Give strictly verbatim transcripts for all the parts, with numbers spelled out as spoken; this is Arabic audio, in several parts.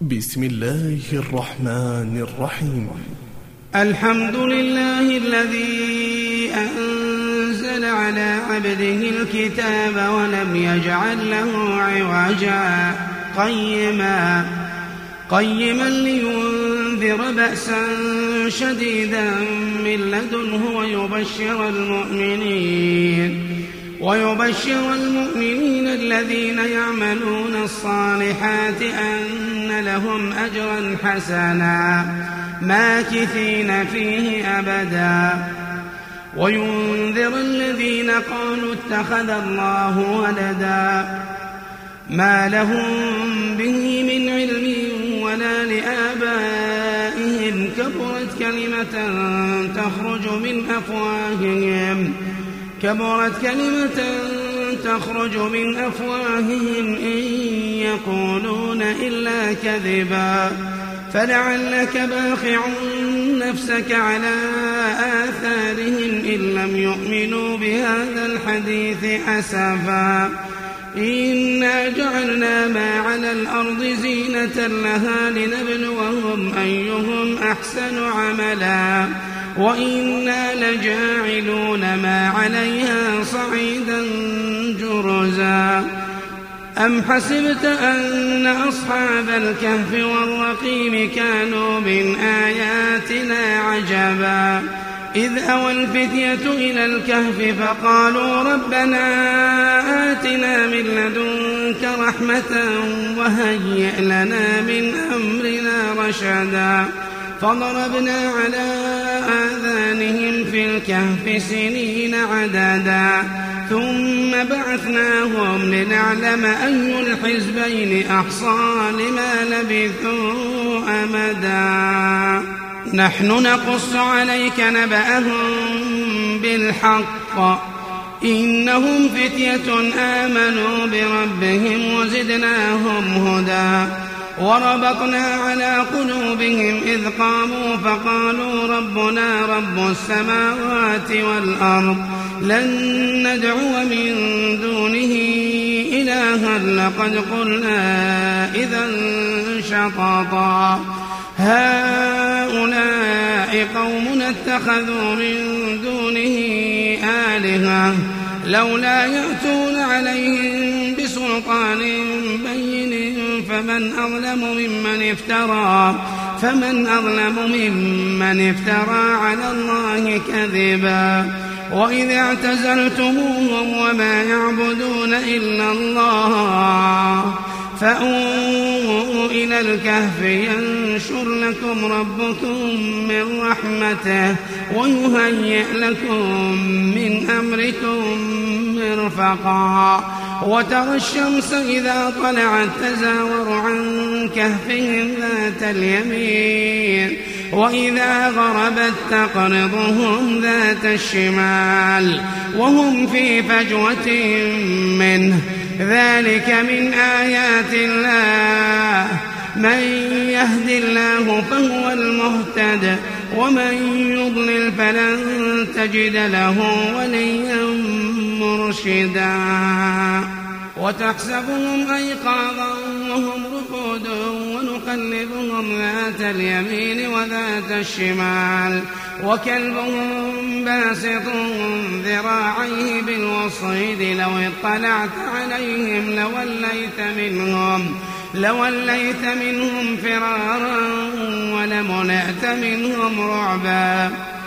بسم الله الرحمن الرحيم. الحمد لله الذي أنزل على عبده الكتاب ولم يجعل له عوجا قيما قيما لينذر بأسا شديدا من لدنه ويبشر المؤمنين ويبشر المؤمنين الذين يعملون الصالحات أن لهم أجرا حسنا ماكثين فيه أبدا وينذر الذين قالوا اتخذ الله ولدا ما لهم به من علم ولا لآبائهم كبرت كلمة تخرج من أفواههم كبرت كلمة تخرج من أفواههم إن يقولون إلا كذبا فلعلك باخع نفسك على آثارهم إن لم يؤمنوا بهذا الحديث أسفا إنا جعلنا ما على الأرض زينة لها لنبلوهم أيهم أحسن عملا وإنا لجاعلون ما عليها صعيدا جرزا أم حسبت أن أصحاب الكهف والرقيم كانوا من آياتنا عجبا إذ أوى الفتية إلى الكهف فقالوا ربنا آتنا من لدنك رحمة وهيئ لنا من أمرنا رشدا فضربنا على آذانهم في الكهف سنين عددا ثم بعثناهم لنعلم أي الحزبين أحصى لما لبثوا أمدا نحن نقص عليك نبأهم بالحق إنهم فتية آمنوا بربهم وزدناهم هدى وربطنا على قلوبهم إذ قاموا فقالوا ربنا رب السماوات والأرض لن ندعو من دونه إلها لقد قلنا إذا شططا هؤلاء قومنا اتخذوا من دونه آلهة لولا يأتون عليهم بسلطان بين فمن أظلم ممن افترى فمن أظلم ممن افترى على الله كذبا وإذ اعتزلتموهم وما يعبدون إلا الله فأووا إلى الكهف ينشر لكم ربكم من رحمته ويهيئ لكم من أمركم مرفقا وترى الشمس إذا طلعت تزاور عن كهفهم ذات اليمين وإذا غربت تقرضهم ذات الشمال وهم في فجوة منه ذلك من آيات الله من يهد الله فهو المهتد ومن يضلل فلن تجد له وليا مرشدا وتحسبهم أيقاظا وهم رقود ونقلبهم ذات اليمين وذات الشمال وكلبهم باسط ذراعيه بالوصيد لو اطلعت عليهم لوليت منهم لوليت منهم فرارا ولملأت منهم رعبا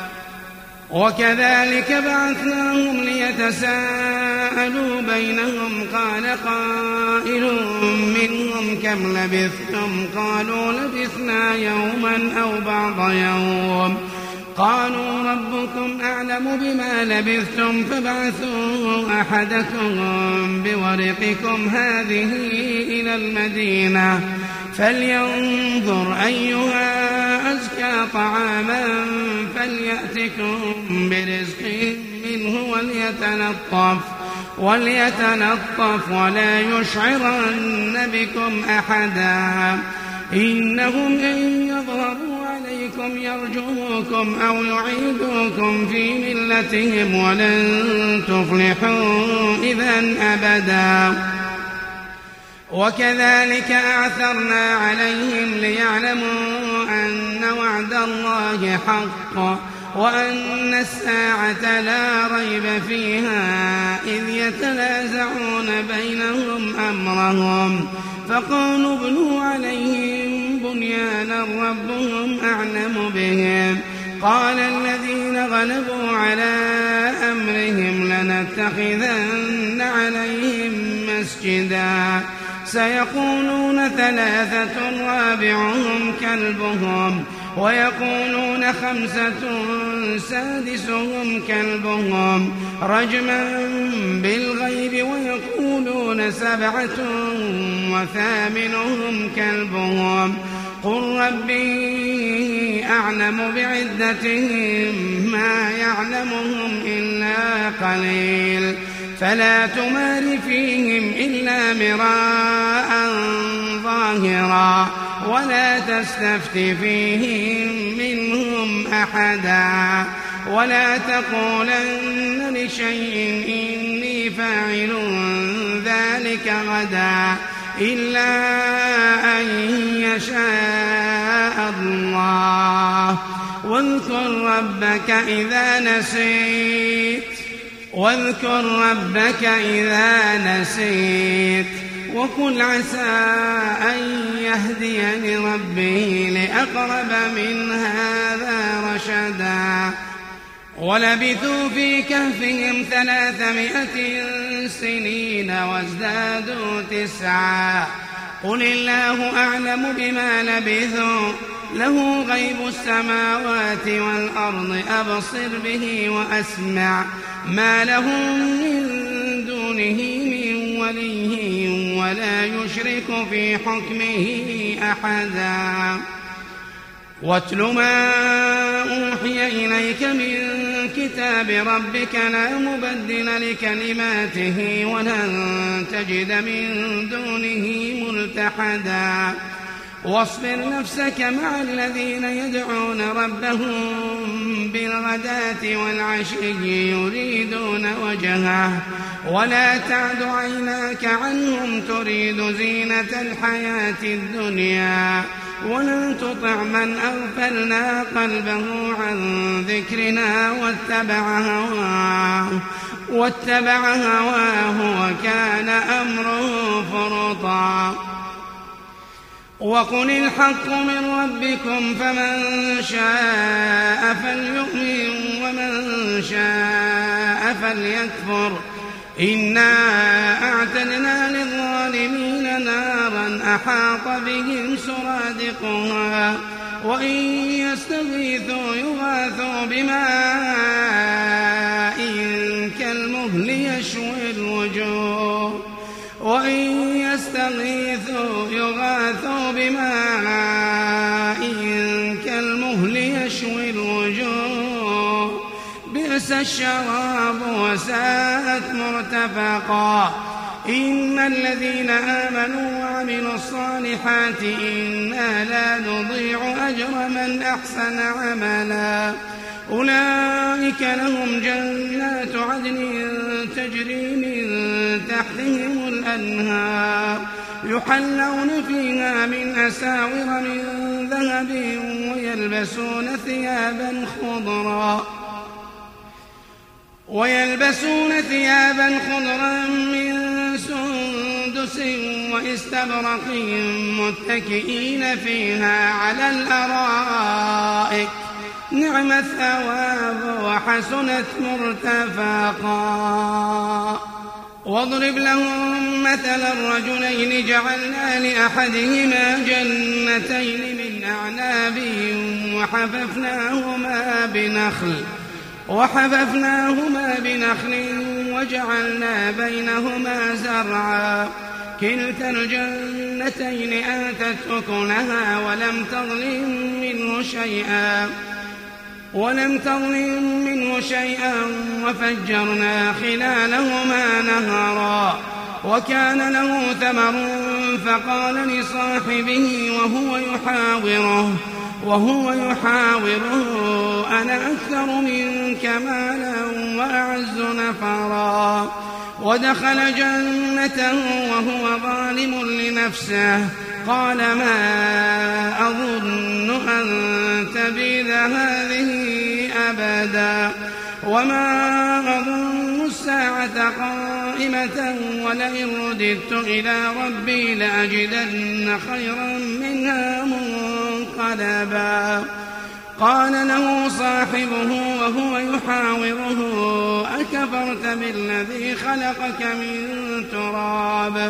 وكذلك بعثناهم ليتساءلوا بينهم قال قائل منهم كم لبثتم قالوا لبثنا يوما أو بعض يوم قالوا ربكم أعلم بما لبثتم فابعثوا أحدكم بورقكم هذه إلى المدينة فلينظر أيها أزكى طعاما فليأتكم برزق منه وليتلطف وليتلطف ولا يشعرن بكم أحدا إنهم إن يظهروا عليكم يرجوكم أو يعيدوكم في ملتهم ولن تفلحوا إذا أبدا وكذلك أعثرنا عليهم ليعلموا أن وعد الله حق وأن الساعة لا ريب فيها إذ يتنازعون بينهم أمرهم فقالوا ابنوا عليهم بنيانا ربهم أعلم بهم قال الذين غلبوا على أمرهم لنتخذن عليهم مسجدا سيقولون ثلاثة رابعهم كلبهم ويقولون خمسة سادسهم كلبهم رجما بالغيب ويقولون سبعة وثامنهم كلبهم قل ربي أعلم بعدتهم ما يعلمهم إلا قليل فلا تمار فيهم إلا مراء ظاهرا ولا تستفت فيهم منهم أحدا ولا تقولن لشيء إني فاعل ذلك غدا إلا أن يشاء الله واذكر ربك إذا نسيت واذكر ربك إذا نسيت وقل عسى أن يهديني ربي لأقرب من هذا رشدا ولبثوا في كهفهم ثلاثمائة سنين وازدادوا تسعا قل الله أعلم بما لبثوا له غيب السماوات والأرض أبصر به وأسمع ما لهم من دونه من ولي ولا يشرك في حكمه أحدا واتل ما أوحي إليك من كتاب ربك لا مبدل لكلماته ولن تجد من دونه ملتحدا واصبر نفسك مع الذين يدعون ربهم بالغداة والعشي يريدون وجهه ولا تعد عيناك عنهم تريد زينة الحياة الدنيا ولا تطع من أغفلنا قلبه عن ذكرنا واتبع هواه واتبع هواه وكان أمره فرطا وقل الحق من ربكم فمن شاء فليؤمن ومن شاء فليكفر إنا أعتدنا للظالمين نارا أحاط بهم سرادقها وإن يستغيثوا يغاثوا بماء كالمهل يشوي الوجوه وإن يستغيثوا يغاثوا بماء كالمهل يشوي الوجوه بئس الشراب وساءت مرتفقا إن الذين آمنوا وعملوا الصالحات إنا لا نضيع أجر من أحسن عملا أولئك لهم جنات عدن تجري من تحتهم الأنهار يحلون فيها من أساور من ذهب ويلبسون ثيابا خضرا ويلبسون ثيابا خضرا من سندس واستبرق متكئين فيها على الأرائك نعم الثواب وحسنت مرتفقا واضرب لهم مثل الرجلين جعلنا لأحدهما جنتين من أعناب وحففناهما بنخل وحففناهما بنخل وجعلنا بينهما زرعا كلتا الجنتين آتت أكلها ولم تظلم منه شيئا ولم تظلم منه شيئا وفجرنا خلالهما نهرا وكان له ثمر فقال لصاحبه وهو يحاوره وهو يحاوره أنا أكثر منك مالا وأعز نفرا ودخل جنته وهو ظالم لنفسه قال ما أظن أن تبيد هذه أبدا وما أظن الساعة قائمة ولئن رددت إلى ربي لأجدن خيرا منها منقلبا قال له صاحبه وهو يحاوره أكفرت بالذي خلقك من تراب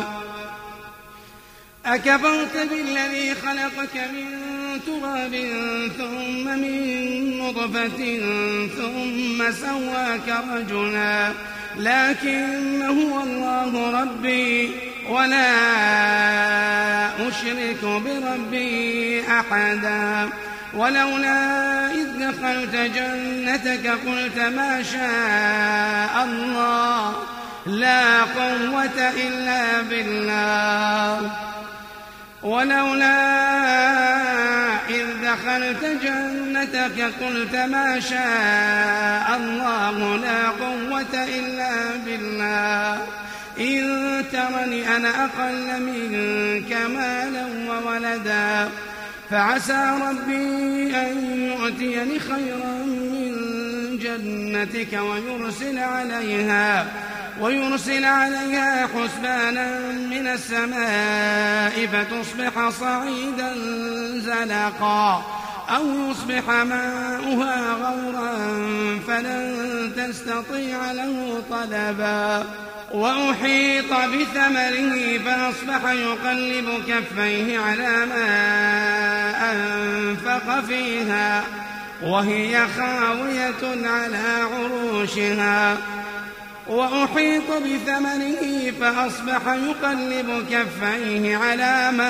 أكفرت بالذي خلقك من تراب ثم من نطفة ثم سواك رجلا لكن هو الله ربي ولا أشرك بربي أحدا ولولا إذ دخلت جنتك قلت ما شاء الله لا قوة إلا بالله ولولا إذ دخلت جنتك قلت ما شاء الله لا قوة إلا بالله إن ترني أنا أقل منك مالا وولدا فعسى ربي أن يؤتيني خيرا من جنتك ويرسل عليها ويرسل عليها حسبانا من السماء فتصبح صعيدا زلقا أو يصبح ماؤها غورا فلن تستطيع له طلبا وأحيط بثمره فأصبح يقلب كفيه على ما أنفق فيها وهي خاوية على عروشها وأحيط بثمره فأصبح يقلب كفيه على ما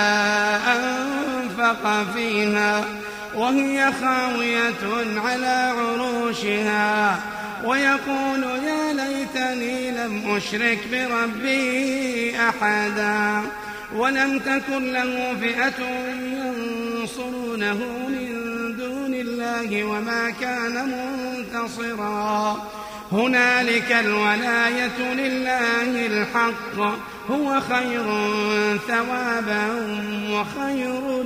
أنفق فيها وهي خاوية على عروشها ويقول يا ليتني لم أشرك بربي أحدا ولم تكن له فئة ينصرونه من دون الله وما كان منتصرا هنالك الولاية لله الحق هو خير ثوابا وخير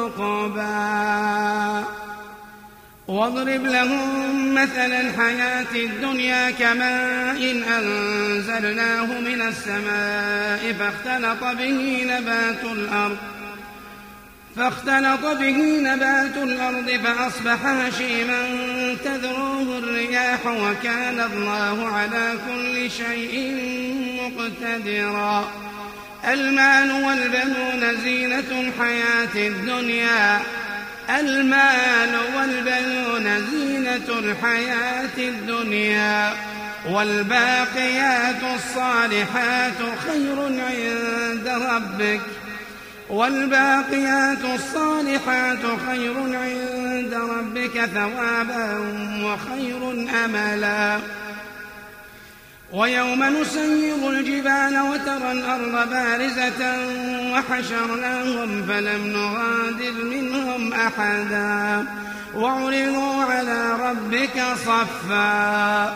عقبا واضرب لهم مثل الحياة الدنيا كماء أنزلناه من السماء فاختلط به نبات الأرض فاختلط به نبات الأرض فأصبح هشيما تذروه الرياح وكان الله على كل شيء مقتدرا المال والبنون زينة الحياة الدنيا المال والبنون زينة الحياة الدنيا والباقيات الصالحات خير عند ربك والباقيات الصالحات خير عند ربك ثوابا وخير أملا ويوم نسير الجبال وترى الأرض بارزة وحشرناهم فلم نغادر منهم أحدا وعرضوا على ربك صفا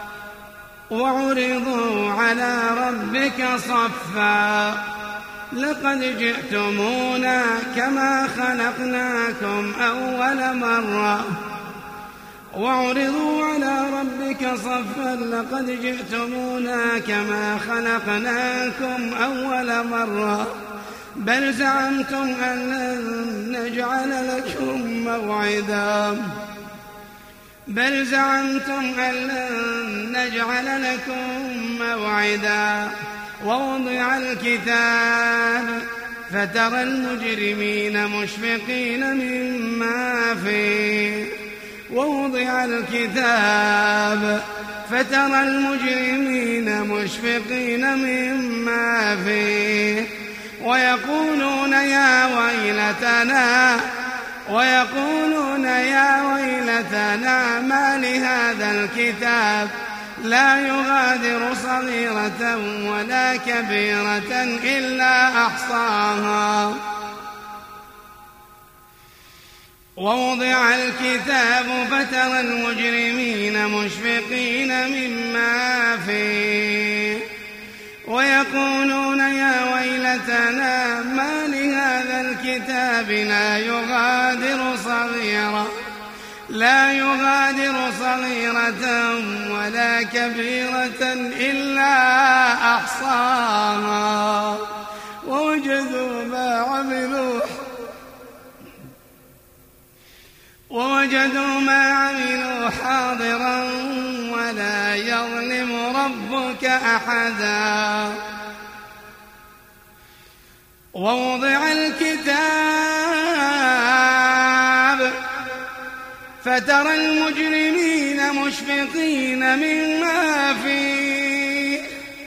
وعرضوا على ربك صفا لقد جئتمونا كما خلقناكم أول مرة وعرضوا على ربك صفا لقد جئتمونا كما خلقناكم أول مرة بل زعمتم أن لن نجعل لكم موعدا بل زعمتم أن لن نجعل لكم موعدا ووضع الكتاب فترى المجرمين مشفقين مما فيه ووضع الكتاب فترى المجرمين مشفقين مما فيه ويقولون يا ويلتنا ويقولون يا ويلتنا ما لهذا الكتاب لا يغادر صغيرة ولا كبيرة إلا أحصاها ووضع الكتاب فترى المجرمين مشفقين مما فيه ويقولون يا ويلتنا ما لهذا الكتاب لا يغادر صغيرة لا يغادر صغيرة ولا كبيرة إلا أحصاها ووجدوا ما عملوا ووجدوا ما عملوا حاضرا ولا يظلم ربك أحدا. ووضع الكتاب فترى المجرمين مشفقين مما فيه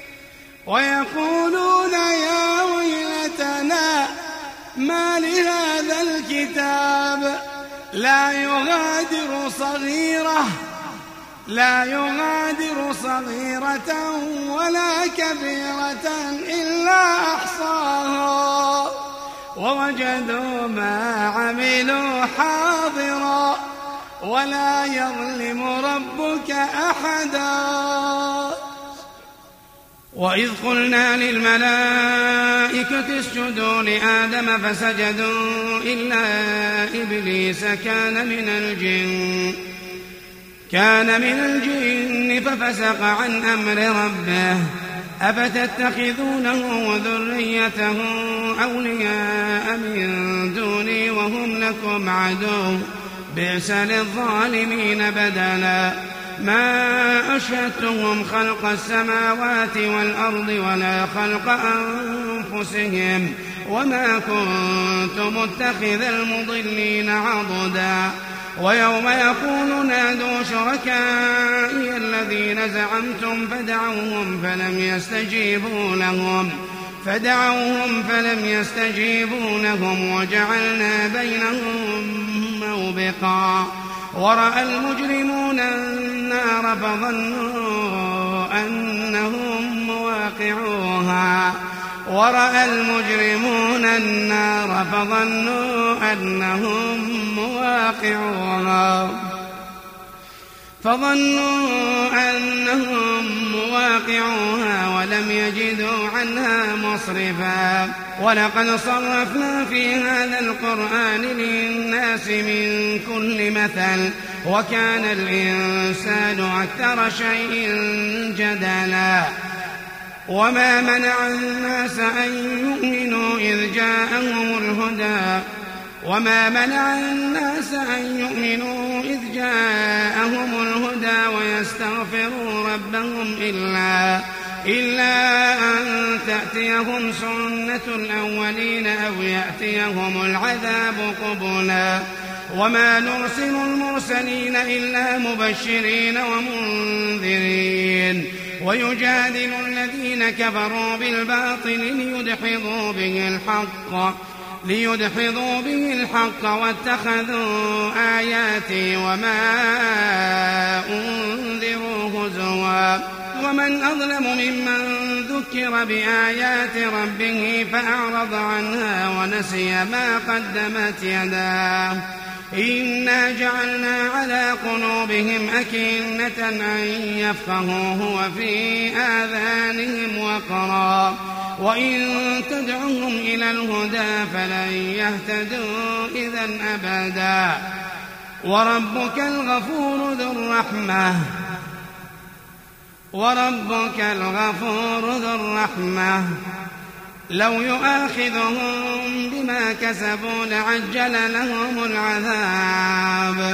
ويقولون يا ويلتنا ما لهذا الكتاب لا يغادر صغيرة لا يغادر صغيرة ولا كبيرة إلا أحصاها ووجدوا ما عملوا حاضرا ولا يظلم ربك أحدا. وإذ قلنا للملائكة اسجدوا لآدم فسجدوا إلا إبليس كان من الجن كان من الجن ففسق عن أمر ربه أفتتخذونه وذريته أولياء من دوني وهم لكم عدو بئس للظالمين بدلا. ما أشهدتهم خلق السماوات والأرض ولا خلق أنفسهم وما كنت متخذ المضلين عضدا. ويوم يقول نادوا شركائي الذين زعمتم فدعوهم فلم يستجيبوا لهم فدعوهم فلم يستجيبوا لهم وجعلنا بينهم موبقا. ورأى المجرمون النار فظنوا أنهم مواقعوها ورأى المجرمون النار فظنوا أنهم مواقعوها فظنوا أنهم مواقعوها ولم يجدوا عنها مصرفا. ولقد صرفنا في هذا القرآن للناس من كل مثل وكان الإنسان أكثر شيء جدلا. وما منع الناس أن يؤمنوا إذ جاءهم الهدى وما منع الناس أن يؤمنوا إذ جاءهم الهدى ويستغفروا ربهم إلا إلا أن تأتيهم سنة الأولين أو يأتيهم العذاب قبلا. وما نرسل المرسلين إلا مبشرين ومنذرين ويجادل الذين كفروا بالباطل ليدحضوا به الحق ليدحضوا به الحق واتخذوا آياتي وما أنذروا هزوا. ومن أظلم ممن ذكر بآيات ربه فأعرض عنها ونسي ما قدمت يداه إنا جعلنا على قلوبهم أكنة أن يفقهوه وفي آذانهم وقرا وإن تدعهم إلى الهدى فلن يهتدوا إذا أبدا. وربك الغفور ذو الرحمة وربك الغفور ذو الرحمة لو يؤاخذهم بما كسبوا لعجل لهم العذاب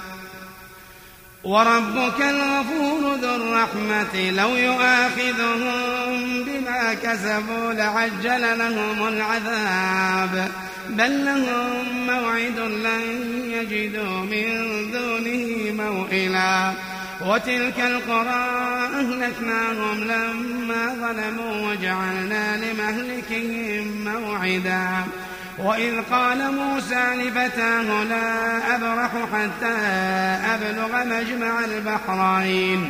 وربك الغفور ذو الرحمة لو يؤاخذهم بما كسبوا لعجل لهم العذاب بل لهم موعد لن يجدوا من دونه موئلا. وتلك القرى أهلكناهم لما ظلموا وجعلنا لمهلكهم موعدا. وإذ قال موسى لفتاه لا أبرح حتى أبلغ مجمع البحرين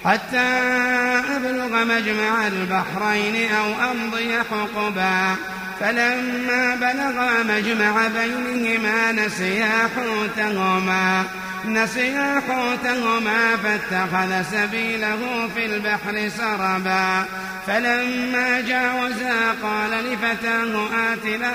حتى أبلغ مجمع البحرين أو أمضي حقبا فلما بلغا مجمع بينهما نسيا حوتهما نسيا حوتهما فاتخذ سبيله في البحر سربا فلما جاوزا قال لفتاه آتنا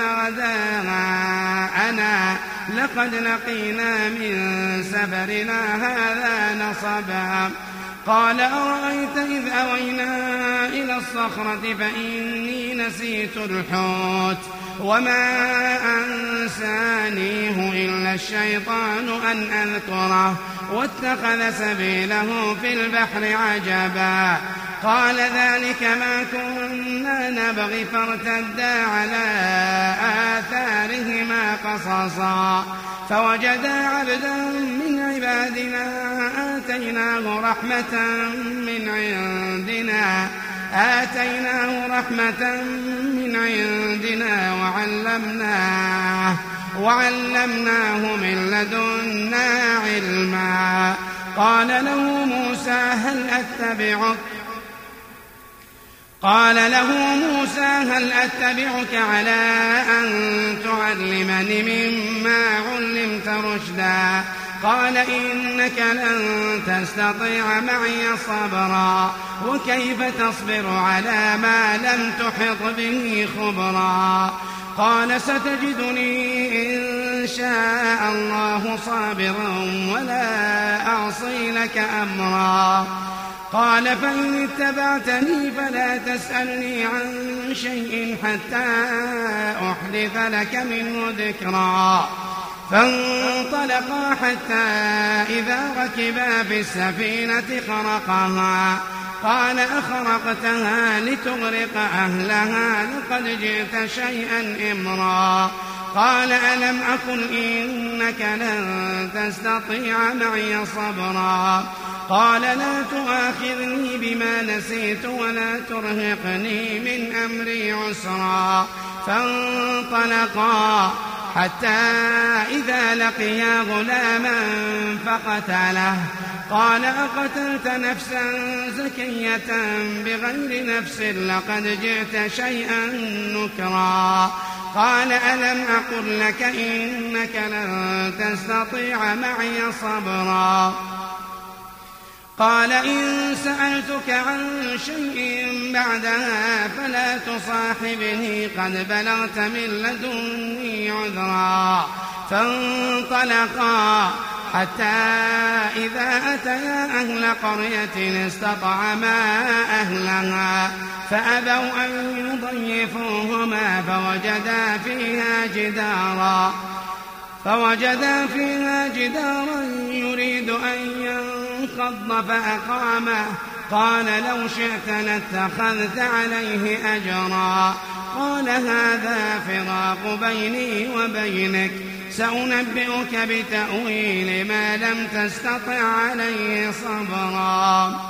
غداءنا لقد لقينا من سفرنا هذا نصبا قال أرأيت إذ أوينا إلى الصخرة فإني نسيت الحوت وما أنسانيه إلا الشيطان أن أذكره واتخذ سبيله في البحر عجبا قال ذلك ما كنا نبغي فارتدا على آثارهما قصصا فوجدا عبدا من عبادنا آتيناه رحمة من عندنا آتيناه رحمة من عندنا وعلمناه وعلمناه من لدنا علما قال له موسى هل أتبعك قال له موسى هل أتبعك على أن تعلمني مما علمت رشدا قال إنك لن تستطيع معي صبرا وكيف تصبر على ما لم تحط به خبرا قال ستجدني إن شاء الله صابرا ولا أعصي لك أمرا قال فإن اتبعتني فلا تسألني عن شيء حتى أحدث لك منه ذكرا فانطلقا حتى إذا ركبا في السفينة خرقها قال أخرقتها لتغرق أهلها لقد جئت شيئا إمرا قال ألم أقل إنك لن تستطيع معي صبرا قال لا تؤاخذني بما نسيت ولا ترهقني من أمري عسرا فانطلقا حتى إذا لقيا غلاما فقتله قال أقتلت نفسا زكية بغير نفس لقد جئت شيئا نكرا قال ألم أقل لك إنك لن تستطيع معي صبرا قال إن سألتك عن شيء بعدها فلا تصاحبني قد بلغت من لدني عذرا فانطلقا حتى إذا أتيا أهل قرية استطعما أهلها فأبوا أن يضيفوهما فوجدا فيها جدارا فوجدا فيها جدارا يريد أن ينقض فأقامه قال لو شئت لاتخذت عليه أجرا قال هذا فراق بيني وبينك سأنبئك بتأويل ما لم تستطع عليه صبرا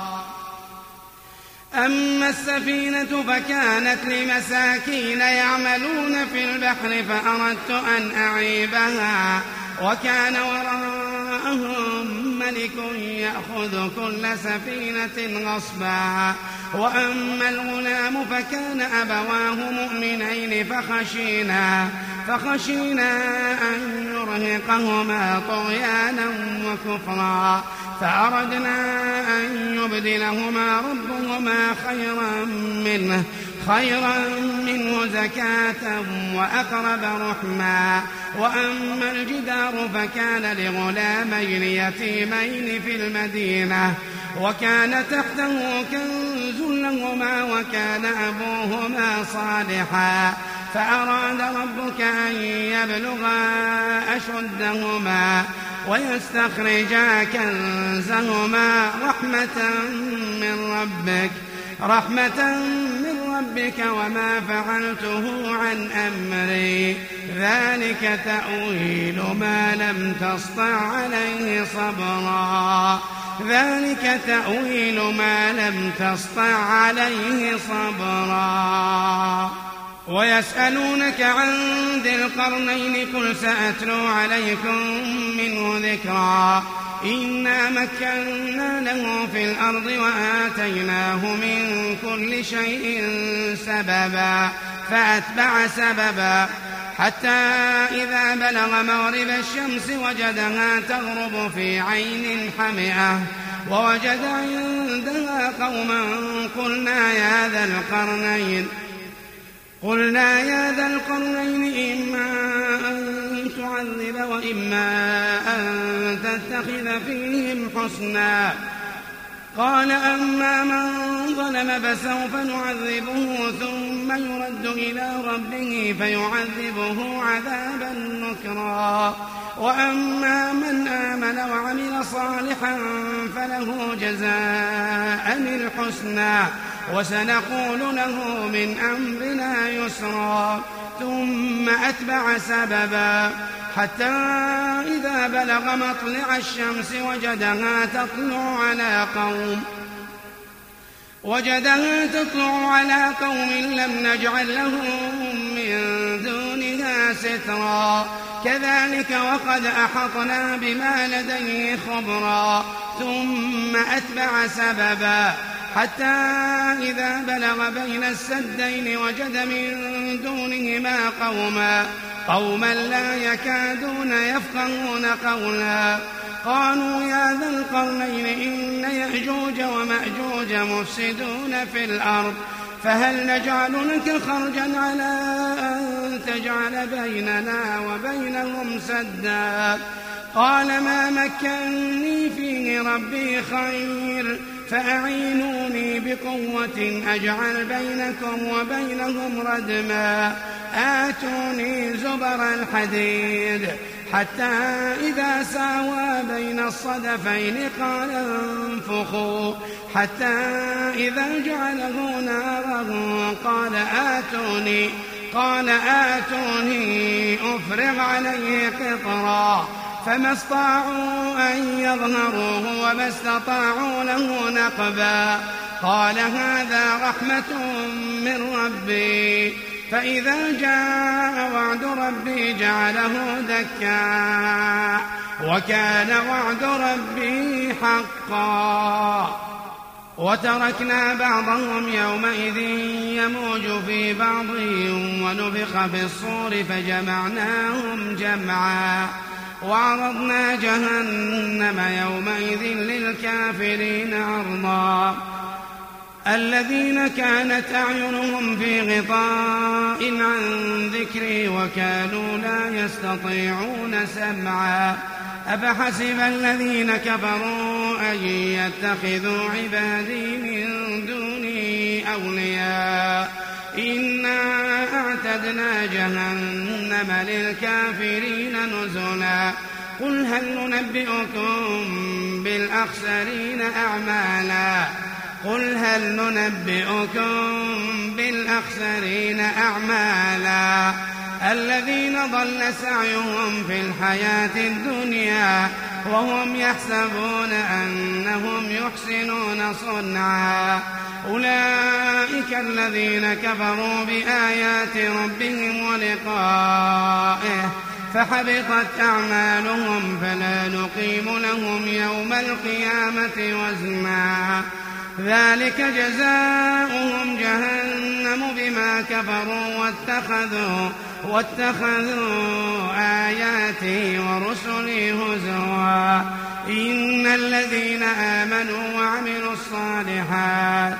أما السفينة فكانت لمساكين يعملون في البحر فأردت أن أعيبها وكان وراءهم ملك يأخذ كل سفينة غصبا وأما الغلام فكان أبواه مؤمنين فخشينا فخشينا أن يرهقهما طغيانا وكفرا فأردنا أن يبدلهما ربهما خيرا منه خيرا منه زكاة وأقرب رحما وأما الجدار فكان لغلامين يتيمين في المدينة وكان تحته كنز لهما وكان أبوهما صالحا فأراد ربك أن يبلغا أشدهما ويستخرجا كنزهما رحمة من ربك رحمة من ربك وما فعلته عن أمري ذلك تأويل ما لم تسطع عليه صبرا ذلك تأويل ما لم تسطع عليه صبرا ويسألونك عن ذي القرنين قل سأتلو عليكم منه ذكرا إنا مكنا له في الأرض وآتيناه من كل شيء سببا فأتبع سببا حتى إذا بلغ مغرب الشمس وجدها تغرب في عين حمئة ووجد عندها قوما قلنا يا ذا القرنين قلنا يا ذا القرنين إما أن تعذب وإما أن تتخذ فيهم حسنا قال أما من ظلم فسوف نعذبه ثم يرد إلى ربه فيعذبه عذابا نكرا وأما من آمن وعمل صالحا فله جزاء الحسنى وسنقول له من أمرنا يسرا ثم أتبع سببا حتى إذا بلغ مطلع الشمس وجدها تطلع على قوم وجدها تطلع على قوم لم نجعل لهم من دونها سترا كذلك وقد أحطنا بما لديه خبرا ثم أتبع سببا حتى إذا بلغ بين السدين وجد من دونهما قوما قوما لا يكادون يفقهون قولا قالوا يا ذا القرنين إن يأجوج ومأجوج مفسدون في الأرض فهل نجعل لك خرجا على أن تجعل بيننا وبينهم سدا قال ما مكنني فيه ربي خير فأعينوني بقوة أجعل بينكم وبينهم ردما آتوني زبر الحديد حتى إذا ساوى بين الصدفين قال انفخوا حتى إذا جعله نارا قال آتوني قال آتوني أفرغ عليه قطرا فما استطاعوا أن يظهروه وما استطاعوا له نقبا قال هذا رحمة من ربي فإذا جاء وعد ربي جعله دكا وكان وعد ربي حقا وتركنا بعضهم يومئذ يموج في بعض ونفخ في الصور فجمعناهم جمعا وعرضنا جهنم يومئذ للكافرين عرضا الذين كانت أعينهم في غطاء عن ذكري وكانوا لا يستطيعون سمعا أفحسب الذين كفروا أن يتخذوا عبادي من دوني أولياء إنا أعتدنا جهنم للكافرين نزلا قل هل ننبئكم بالأخسرين أعمالا قل هل ننبئكم بالأخسرين أعمالا الذين ضل سعيهم في الحياة الدنيا وهم يحسبون أنهم يحسنون صنعا أولئك الذين كفروا بآيات ربهم ولقائه فحبطت أعمالهم فلا نقيم لهم يوم القيامة وزنا ذلك جزاؤهم جهنم بما كفروا واتخذوا واتخذوا آياتي ورسلي هزوا إن الذين آمنوا وعملوا الصالحات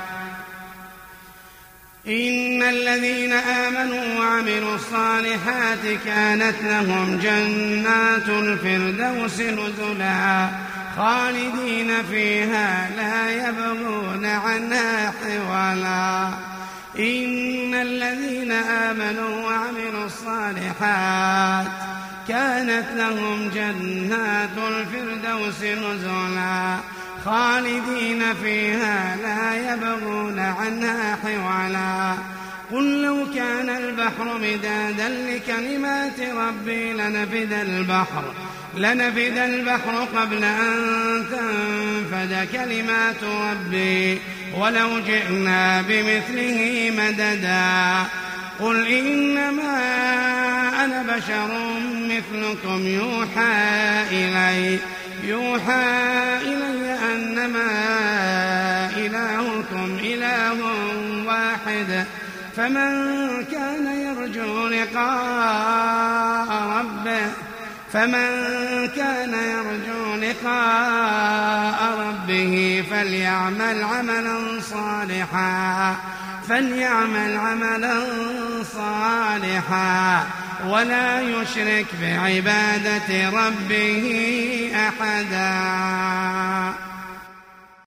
إن الذين آمنوا وعملوا الصالحات كانت لهم جنات الفردوس نزلا خالدين فيها لا يبغون عنها حولا إن الذين آمنوا وعملوا الصالحات كانت لهم جنات الفردوس نزلا خالدين فيها لا يبغون عنها حولا قل لو كان البحر مدادا لكلمات ربي لنفد البحر لنفد البحر قبل أن تنفد كلمات ربي ولو جئنا بمثله مددا قل إنما أنا بشر مثلكم يوحى إلي يوحى إلي أنما إلهكم إله واحد فمن كان يرجو لقاء ربه فمن كان يرجو لقاء ربه فليعمل عملا صالحا فليعمل عملا صالحا ولا يشرك بعبادة ربه أحدا.